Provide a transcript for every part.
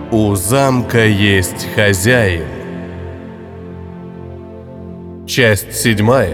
У замка есть хозяин. Часть 7.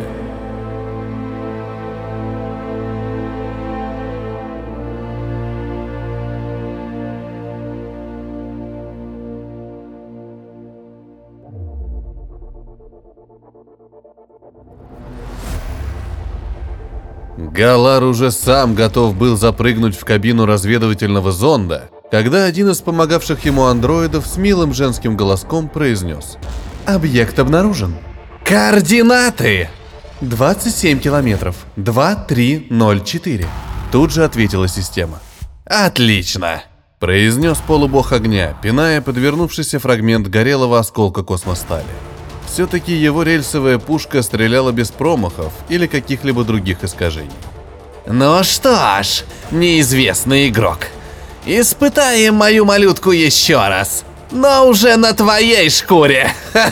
Галар уже сам готов был запрыгнуть в кабину разведывательного зонда, когда один из помогавших ему андроидов с милым женским голоском произнес: «Объект обнаружен. Координаты!» 27 километров. 2304. Тут же ответила система. «Отлично!» – произнес полубог огня, пиная подвернувшийся фрагмент горелого осколка космостали. Все-таки его рельсовая пушка стреляла без промахов или каких-либо других искажений. «Ну что ж, неизвестный игрок, испытаем мою малютку еще раз, но уже на твоей шкуре!»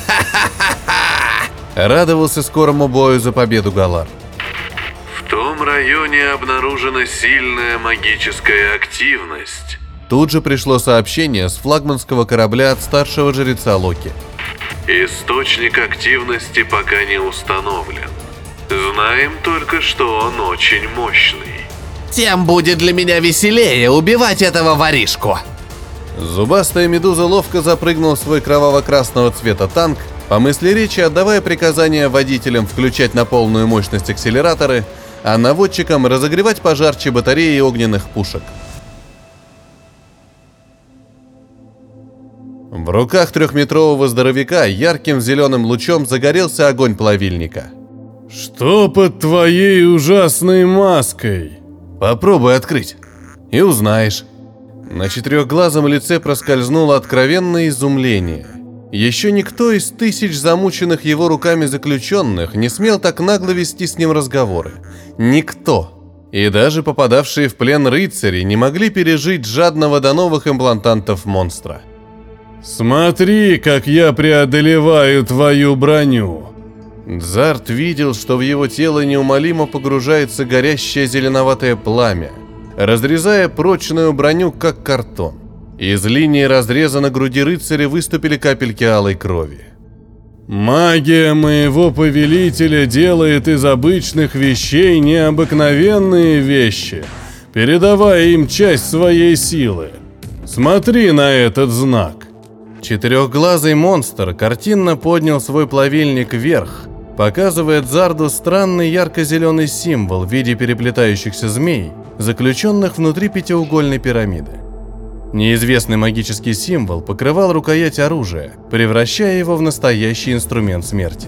Радовался скорому бою за победу Галар. В том районе обнаружена сильная магическая активность. Тут же пришло сообщение с флагманского корабля от старшего жреца Локи. Источник активности пока не установлен. Знаем только, что он очень мощный. Тем будет для меня веселее убивать этого воришку. Зубастая медуза ловко запрыгнул в свой кроваво-красного цвета танк, по мысли речи отдавая приказания водителям включать на полную мощность акселераторы, а наводчикам разогревать пожарче батареи огненных пушек. В руках трехметрового здоровяка ярким зеленым лучом загорелся огонь плавильника. «Что под твоей ужасной маской?» «Попробуй открыть, и узнаешь». На четырехглазом лице проскользнуло откровенное изумление. Еще никто из тысяч замученных его руками заключенных не смел так нагло вести с ним разговоры. Никто. И даже попадавшие в плен рыцари не могли пережить жадного до новых имплантантов монстра. «Смотри, как я преодолеваю твою броню!» Дзарт видел, что в его тело неумолимо погружается горящее зеленоватое пламя, разрезая прочную броню, как картон. Из линии разреза на груди рыцаря выступили капельки алой крови. «Магия моего повелителя делает из обычных вещей необыкновенные вещи, передавая им часть своей силы. Смотри на этот знак!» Четырехглазый монстр картинно поднял свой плавильник вверх, показывая Дзарду странный ярко-зеленый символ в виде переплетающихся змей, заключенных внутри пятиугольной пирамиды. Неизвестный магический символ покрывал рукоять оружия, превращая его в настоящий инструмент смерти.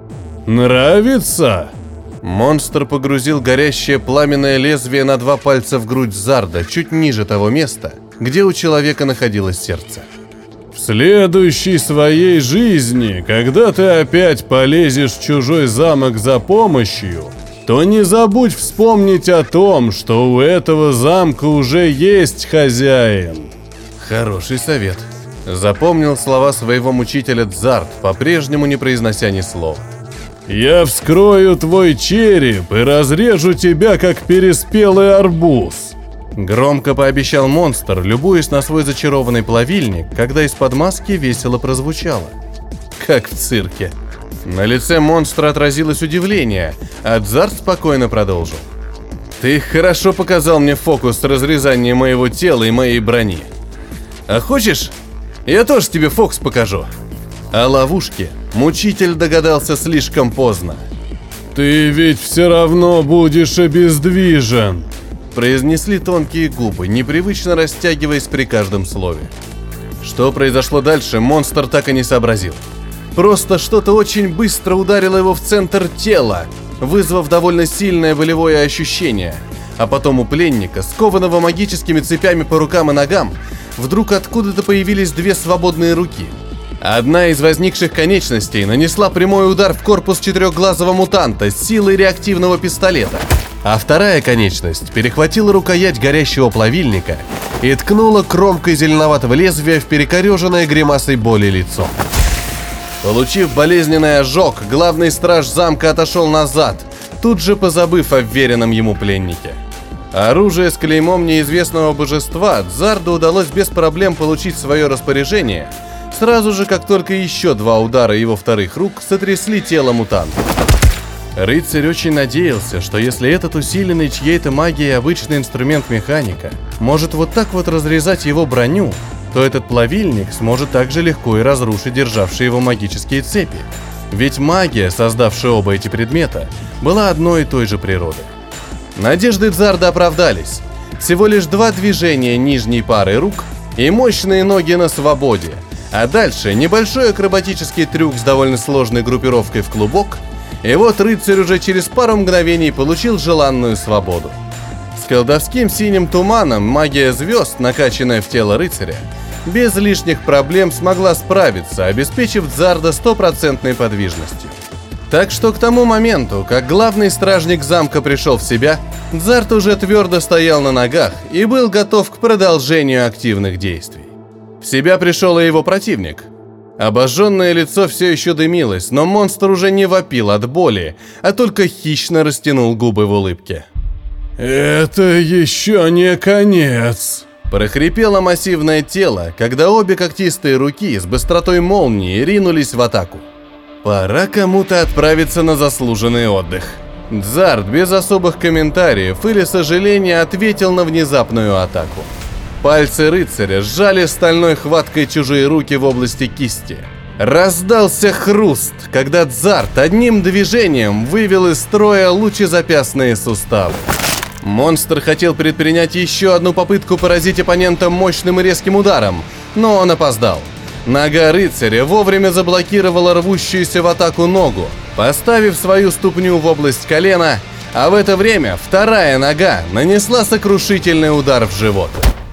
«Нравится?» Монстр погрузил горящее пламенное лезвие на 2 пальца в грудь Дзарда, чуть ниже того места, где у человека находилось сердце. «В следующей своей жизни, когда ты опять полезешь в чужой замок за помощью, то не забудь вспомнить о том, что у этого замка уже есть хозяин». Хороший совет. Запомнил слова своего мучителя Дзард, по-прежнему не произнося ни слова. «Я вскрою твой череп и разрежу тебя, как переспелый арбуз», — громко пообещал монстр, любуясь на свой зачарованный плавильник, когда из-под маски весело прозвучало. Как в цирке. На лице монстра отразилось удивление, а Дзард спокойно продолжил. «Ты хорошо показал мне фокус с разрезанием моего тела и моей брони. А хочешь, я тоже тебе фокус покажу?» О ловушке мучитель догадался слишком поздно. «Ты ведь все равно будешь обездвижен», — произнесли тонкие губы, непривычно растягиваясь при каждом слове. Что произошло дальше, монстр так и не сообразил. Просто что-то очень быстро ударило его в центр тела, вызвав довольно сильное болевое ощущение, а потом у пленника, скованного магическими цепями по рукам и ногам, вдруг откуда-то появились 2 свободные руки. Одна из возникших конечностей нанесла прямой удар в корпус четырехглазого мутанта с силой реактивного пистолета, а вторая конечность перехватила рукоять горящего плавильника и ткнула кромкой зеленоватого лезвия в перекореженное гримасой боли лицо. Получив болезненный ожог, главный страж замка отошел назад, тут же позабыв о вверенном ему пленнике. Оружие с клеймом неизвестного божества Дзарду удалось без проблем получить в свое распоряжение, сразу же, как только еще 2 удара его вторых рук сотрясли тело мутанта. Рыцарь очень надеялся, что если этот усиленный чьей-то магией обычный инструмент механика может вот так вот разрезать его броню, то этот плавильник сможет также легко и разрушить державшие его магические цепи. Ведь магия, создавшая оба эти предмета, была одной и той же природы. Надежды Дзарда оправдались. Всего лишь 2 движения нижней пары рук и мощные ноги на свободе, а дальше небольшой акробатический трюк с довольно сложной группировкой в клубок, и вот рыцарь уже через пару мгновений получил желанную свободу. С колдовским синим туманом магия звезд, накачанная в тело рыцаря, без лишних проблем смогла справиться, обеспечив Дзарда 100% подвижностью. Так что к тому моменту, как главный стражник замка пришел в себя, Дзард уже твердо стоял на ногах и был готов к продолжению активных действий. В себя пришел и его противник. Обожженное лицо все еще дымилось, но монстр уже не вопил от боли, а только хищно растянул губы в улыбке. «Это еще не конец!» Прохрипело массивное тело, когда обе когтистые руки с быстротой молнии ринулись в атаку. Пора кому-то отправиться на заслуженный отдых. Дзард без особых комментариев или сожаления ответил на внезапную атаку. Пальцы рыцаря сжали стальной хваткой чужие руки в области кисти. Раздался хруст, когда Дзард одним движением вывел из строя лучезапястные суставы. Монстр хотел предпринять еще одну попытку поразить оппонента мощным и резким ударом, но он опоздал. Нога рыцаря вовремя заблокировала рвущуюся в атаку ногу, поставив свою ступню в область колена, а в это время вторая нога нанесла сокрушительный удар в живот.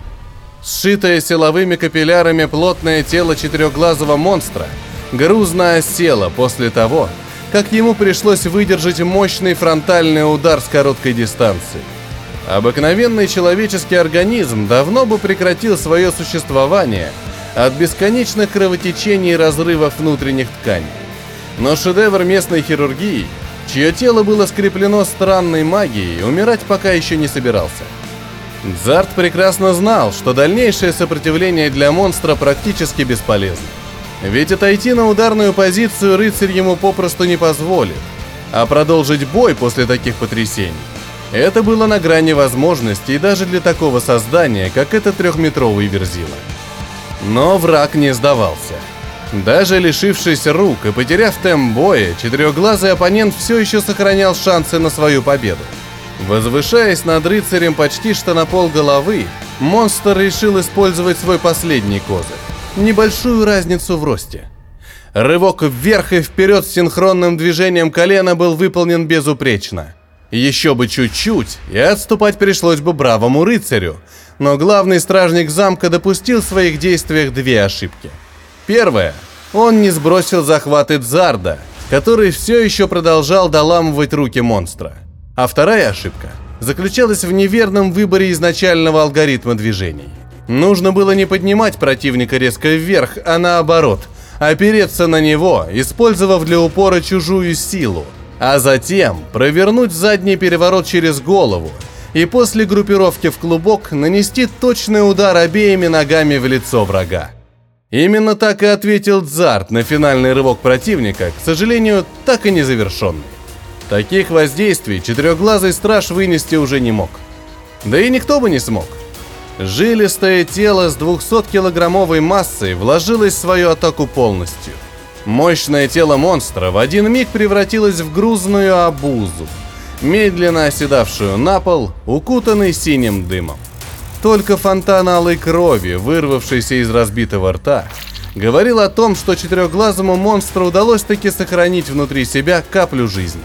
Сшитое силовыми капиллярами плотное тело четырехглазого монстра грузно осело после того, как ему пришлось выдержать мощный фронтальный удар с короткой дистанции. Обыкновенный человеческий организм давно бы прекратил свое существование от бесконечных кровотечений и разрывов внутренних тканей. Но шедевр местной хирургии, чье тело было скреплено странной магией, умирать пока еще не собирался. Дзард прекрасно знал, что дальнейшее сопротивление для монстра практически бесполезно. Ведь отойти на ударную позицию рыцарь ему попросту не позволит, а продолжить бой после таких потрясений – это было на грани возможностей даже для такого создания, как этот 3-метровый верзила. Но враг не сдавался. Даже лишившись рук и потеряв темп боя, четырехглазый оппонент все еще сохранял шансы на свою победу. Возвышаясь над рыцарем почти что на полголовы, монстр решил использовать свой последний козырь – небольшую разницу в росте. Рывок вверх и вперед с синхронным движением колена был выполнен безупречно. Еще бы чуть-чуть, и отступать пришлось бы бравому рыцарю, но главный стражник замка допустил в своих действиях 2 ошибки. Первая – он не сбросил захваты Дзарда, который все еще продолжал доламывать руки монстра. А вторая ошибка заключалась в неверном выборе изначального алгоритма движений. Нужно было не поднимать противника резко вверх, а наоборот, опереться на него, использовав для упора чужую силу, а затем провернуть задний переворот через голову и после группировки в клубок нанести точный удар обеими ногами в лицо врага. Именно так и ответил Дзард на финальный рывок противника, к сожалению, так и не завершенный. Таких воздействий четырехглазый страж вынести уже не мог. Да и никто бы не смог. Жилистое тело с 200-килограммовой массой вложилось в свою атаку полностью. Мощное тело монстра в один миг превратилось в грузную обузу, медленно оседавшую на пол, укутанный синим дымом. Только фонтан алой крови, вырвавшийся из разбитого рта, говорил о том, что четырехглазому монстру удалось таки сохранить внутри себя каплю жизни.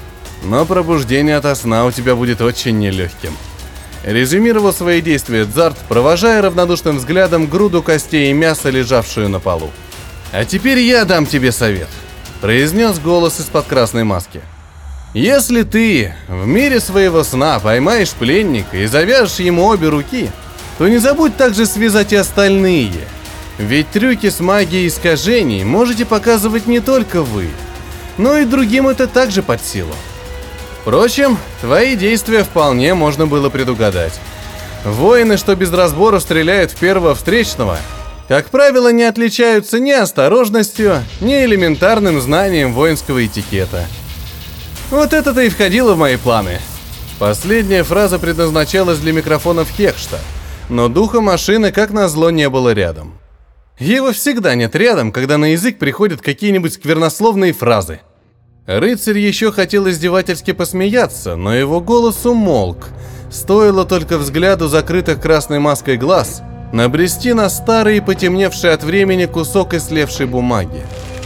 Но пробуждение ото сна у тебя будет очень нелегким. Резюмировал свои действия Дзард, провожая равнодушным взглядом груду костей и мяса, лежавшую на полу. «А теперь я дам тебе совет», — произнес голос из-под красной маски. «Если ты в мире своего сна поймаешь пленника и завяжешь ему обе руки, то не забудь также связать и остальные. Ведь трюки с магией искажений можете показывать не только вы, но и другим это также под силу». Впрочем, твои действия вполне можно было предугадать. Воины, что без разбору стреляют в первого встречного, как правило, не отличаются ни осторожностью, ни элементарным знанием воинского этикета. Вот это-то и входило в мои планы. Последняя фраза предназначалась для микрофонов Хехшта, но духа машины, как назло, не было рядом. Его всегда нет рядом, когда на язык приходят какие-нибудь сквернословные фразы. Рыцарь еще хотел издевательски посмеяться, но его голос умолк. Стоило только взгляду закрытых красной маской глаз набрести на старый и потемневший от времени кусок ислевшей бумаги.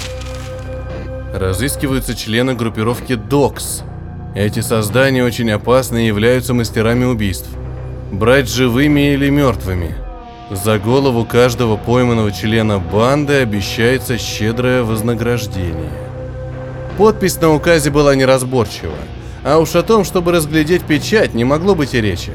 Разыскиваются члены группировки ДОКС. Эти создания очень опасны и являются мастерами убийств. Брать живыми или мертвыми. За голову каждого пойманного члена банды обещается щедрое вознаграждение. Подпись на указе была неразборчива, а уж о том, чтобы разглядеть печать, не могло быть и речи.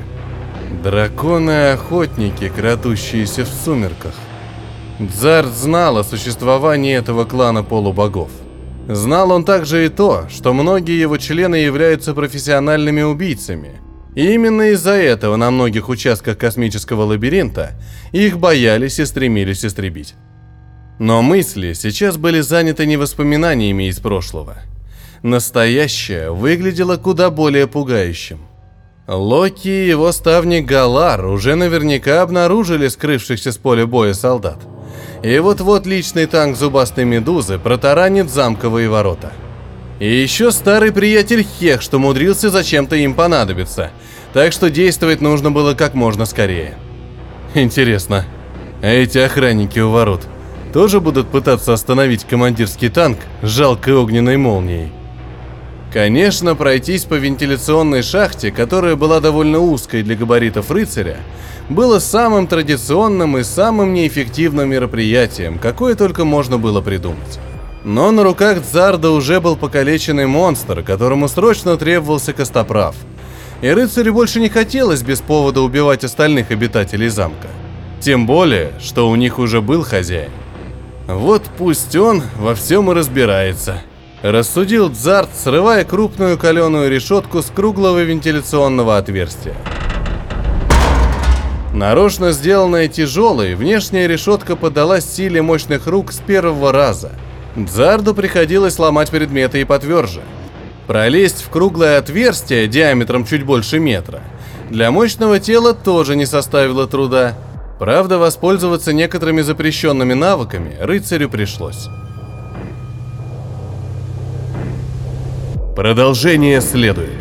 Драконы-охотники, крадущиеся в сумерках. Дзард знал о существовании этого клана полубогов. Знал он также и то, что многие его члены являются профессиональными убийцами. И именно из-за этого на многих участках космического лабиринта их боялись и стремились истребить. Но мысли сейчас были заняты не воспоминаниями из прошлого. Настоящее выглядело куда более пугающим. Локи и его ставник Галар уже наверняка обнаружили скрывшихся с поля боя солдат. И вот-вот личный танк зубастой медузы протаранит замковые ворота. И еще старый приятель Хех, что умудрился зачем-то им понадобиться, так что действовать нужно было как можно скорее. Интересно, а эти охранники у ворот тоже будут пытаться остановить командирский танк жалкой огненной молнией? Конечно, пройтись по вентиляционной шахте, которая была довольно узкой для габаритов рыцаря, было самым традиционным и самым неэффективным мероприятием, какое только можно было придумать. Но на руках Дзарда уже был покалеченный монстр, которому срочно требовался костоправ. И рыцарю больше не хотелось без повода убивать остальных обитателей замка. Тем более, что у них уже был хозяин. Вот пусть он во всем и разбирается, рассудил Дзард, срывая крупную каленую решетку с круглого вентиляционного отверстия. Нарочно сделанная тяжелой, внешняя решетка поддалась силе мощных рук с первого раза. Дзарду приходилось ломать предметы и потверже. Пролезть в круглое отверстие диаметром чуть больше метра для мощного тела тоже не составило труда. Правда, воспользоваться некоторыми запрещенными навыками рыцарю пришлось. Продолжение следует.